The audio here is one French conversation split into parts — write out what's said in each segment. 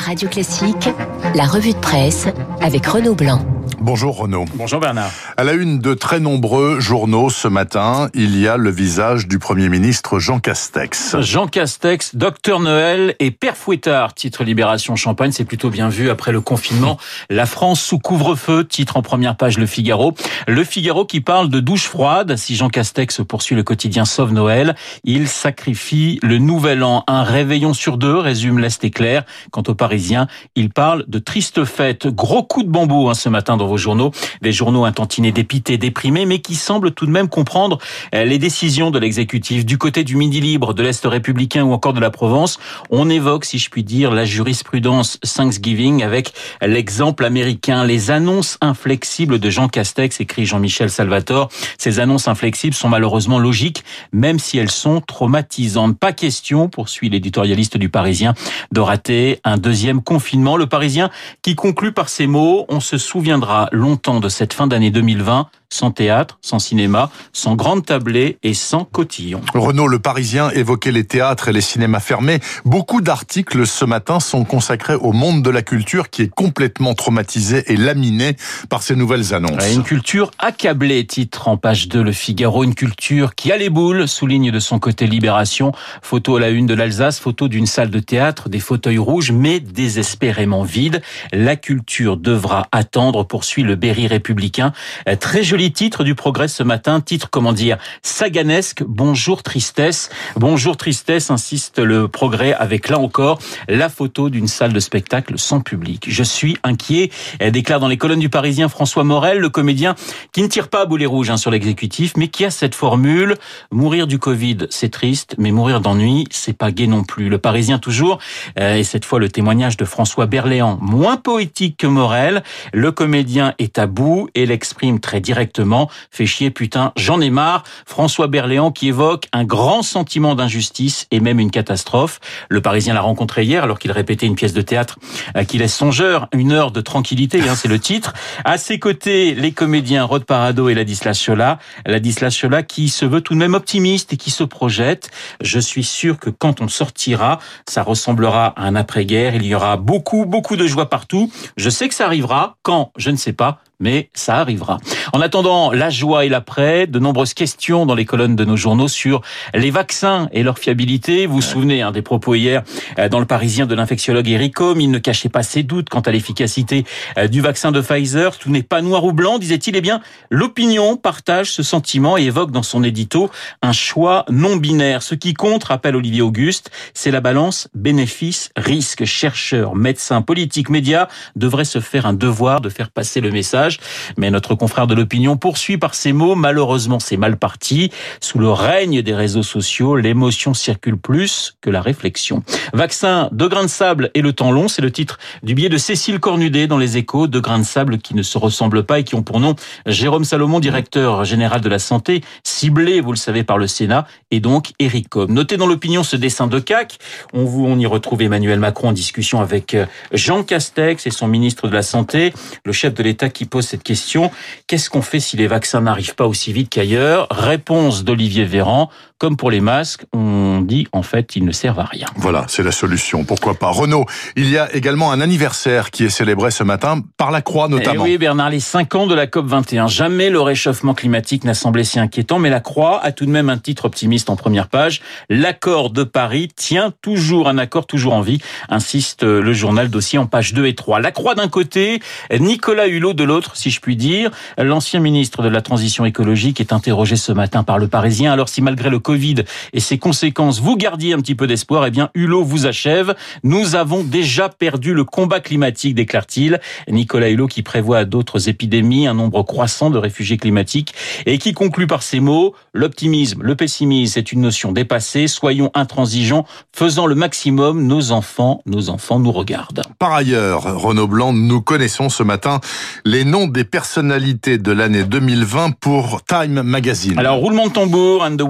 Radio Classique, la revue de presse avec Renaud Blanc. Bonjour Renaud. Bonjour Bernard. À la une de très nombreux journaux ce matin, il y a le visage du Premier ministre Jean Castex. Jean Castex, Docteur Noël et Père Fouettard, titre Libération Champagne, c'est plutôt bien vu après le confinement. La France sous couvre-feu, titre en première page Le Figaro. Le Figaro qui parle de douche froide. Si Jean Castex poursuit le quotidien Sauve Noël, il sacrifie le nouvel an. Un réveillon sur deux, résume l'Est éclair. Quant aux Parisiens, il parle de triste fête. Gros coup de bambou ce matin dans vos journaux. Des journaux intentinés, dépités, déprimés, mais qui semblent tout de même comprendre les décisions de l'exécutif. Du côté du Midi Libre, de l'Est républicain ou encore de la Provence, on évoque, si je puis dire, la jurisprudence Thanksgiving avec l'exemple américain. Les annonces inflexibles de Jean Castex, écrit Jean-Michel Salvatore. Ces annonces inflexibles sont malheureusement logiques, même si elles sont traumatisantes. Pas question, poursuit l'éditorialiste du Parisien, de rater un deuxième confinement. Le Parisien qui conclut par ces mots: on se souviendra longtemps de cette fin d'année 2020, sans théâtre, sans cinéma, sans grande tablée et sans cotillon. Renaud, le Parisien évoquait les théâtres et les cinémas fermés. Beaucoup d'articles ce matin sont consacrés au monde de la culture qui est complètement traumatisé et laminé par ces nouvelles annonces. Une culture accablée, titre en page 2 Le Figaro. Une culture qui a les boules, souligne de son côté Libération. Photo à la une de l'Alsace, photo d'une salle de théâtre, des fauteuils rouges mais désespérément vides. La culture devra attendre, poursuit le Berry républicain. Très joli titre du Progrès ce matin, titre saganesque, bonjour tristesse. Bonjour tristesse, insiste le Progrès avec là encore la photo d'une salle de spectacle sans public. Je suis inquiet, déclare dans les colonnes du Parisien François Morel, le comédien qui ne tire pas à boulet rouge sur l'exécutif, mais qui a cette formule: mourir du Covid, c'est triste, mais mourir d'ennui, c'est pas gai non plus. Le Parisien toujours, et cette fois le témoignage de François Berléand, moins poétique que Morel. Le comédien est à bout et l'exprime très directement: fait chier, putain, j'en ai marre. François Berléand qui évoque un grand sentiment d'injustice et même une catastrophe. Le Parisien l'a rencontré hier alors qu'il répétait une pièce de théâtre qui laisse songeur. Une heure de tranquillité, c'est le titre. À ses côtés, les comédiens Rod Parado et Ladislas Ciola. Ladislas Ciola qui se veut tout de même optimiste et qui se projette. Je suis sûr que quand on sortira, ça ressemblera à un après-guerre. Il y aura beaucoup de joie partout. Je sais que ça arrivera. Quand? Je ne sais pas. Mais ça arrivera. En attendant, la joie et l'après, de nombreuses questions dans les colonnes de nos journaux sur les vaccins et leur fiabilité. Vous vous souvenez des propos hier dans le Parisien de l'infectiologue Eric Homme. Il ne cachait pas ses doutes quant à l'efficacité du vaccin de Pfizer. Tout n'est pas noir ou blanc, disait-il. Eh bien, l'opinion partage ce sentiment et évoque dans son édito un choix non binaire. Ce qui compte, rappelle Olivier Auguste, c'est la balance bénéfice-risque. Chercheurs, médecins, politiques, médias devraient se faire un devoir de faire passer le message. Mais notre confrère de l'opinion poursuit par ces mots: malheureusement c'est mal parti. Sous le règne des réseaux sociaux, l'émotion circule plus que la réflexion. Vaccin, de grains de sable et le temps long, c'est le titre du billet de Cécile Cornudet dans Les Échos. Deux grains de sable qui ne se ressemblent pas et qui ont pour nom Jérôme Salomon, directeur général de la santé, ciblé, vous le savez, par le Sénat, et donc Eric Homme. Notez dans l'opinion ce dessin de CAC. On y retrouve Emmanuel Macron en discussion avec Jean Castex et son ministre de la Santé, le chef de l'État qui pose cette question: qu'est-ce qu'on fait si les vaccins n'arrivent pas aussi vite qu'ailleurs? Réponse d'Olivier Véran: comme pour les masques, on dit en fait ils ne servent à rien. Voilà, c'est la solution, pourquoi pas. Renaud, il y a également un anniversaire qui est célébré ce matin par la Croix notamment. Oui Bernard, les 5 ans de la COP21. Jamais le réchauffement climatique n'a semblé si inquiétant, mais la Croix a tout de même un titre optimiste en première page: l'accord de Paris tient toujours, un accord toujours en vie, insiste le journal dossier en page 2 et 3. La Croix d'un côté, Nicolas Hulot de l'autre, si je puis dire. L'ancien ministre de la Transition écologique est interrogé ce matin par le Parisien. Alors si malgré le Covid et ses conséquences, vous gardiez un petit peu d'espoir, eh bien Hulot vous achève. Nous avons déjà perdu le combat climatique, déclare-t-il. Nicolas Hulot qui prévoit d'autres épidémies, un nombre croissant de réfugiés climatiques et qui conclut par ces mots: l'optimisme, le pessimisme, c'est une notion dépassée. Soyons intransigeants, faisant le maximum. Nos enfants nous regardent. Par ailleurs, Renaud Blanc, nous connaissons ce matin les noms des personnalités de l'année 2020 pour Time Magazine. Alors, roulement de tambour, and the winner is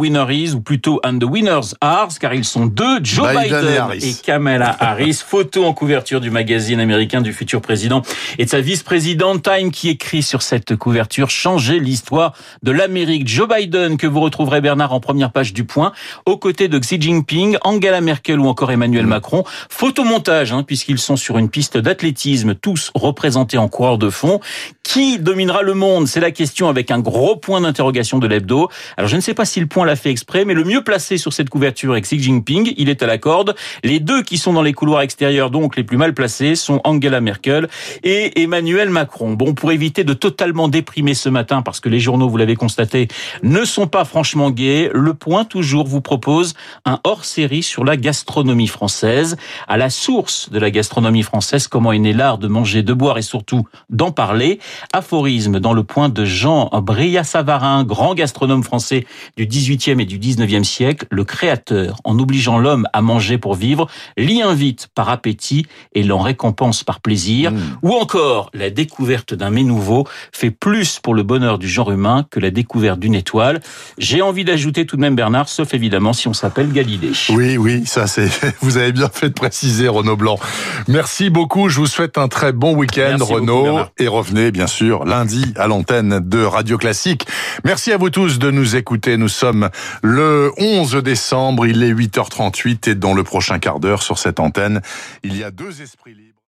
Harris, ou plutôt and the winners are, car ils sont deux, Joe Biden et Kamala Harris. Photo en couverture du magazine américain du futur président et de sa vice-présidente. Time qui écrit sur cette couverture: changer l'histoire de l'Amérique. Joe Biden, que vous retrouverez, Bernard, en première page du Point, aux côtés de Xi Jinping, Angela Merkel ou encore Emmanuel Macron. Photomontage, puisqu'ils sont sur une piste d'athlétisme, tous représentés en coureurs de fond. Qui dominera le monde? C'est la question, avec un gros point d'interrogation de l'hebdo. Alors, je ne sais pas si le Point l'a fait exprès, mais le mieux placé sur cette couverture est Xi Jinping. Il est à la corde. Les deux qui sont dans les couloirs extérieurs, donc les plus mal placés, sont Angela Merkel et Emmanuel Macron. Bon, pour éviter de totalement déprimer ce matin, parce que les journaux, vous l'avez constaté, ne sont pas franchement gais, le Point toujours vous propose un hors-série sur la gastronomie française. À la source de la gastronomie française, comment est né l'art de manger, de boire et surtout d'en parler. Aphorisme dans le Point de Jean Brillat-Savarin, grand gastronome français du 18e et du 19e siècle. Le créateur, en obligeant l'homme à manger pour vivre, l'y invite par appétit et l'en récompense par plaisir. Ou encore, la découverte d'un mets nouveau fait plus pour le bonheur du genre humain que la découverte d'une étoile. J'ai envie d'ajouter tout de même, Bernard, sauf évidemment si on s'appelle Galilée. Oui, ça c'est, vous avez bien fait de préciser, Renaud Blanc. Merci beaucoup, je vous souhaite un très bon week-end, Merci Renaud, beaucoup, et revenez bien sûr lundi à l'antenne de Radio Classique. Merci à vous tous de nous écouter. Nous sommes le 11 décembre, il est 8h38 et dans le prochain quart d'heure sur cette antenne, il y a deux esprits libres.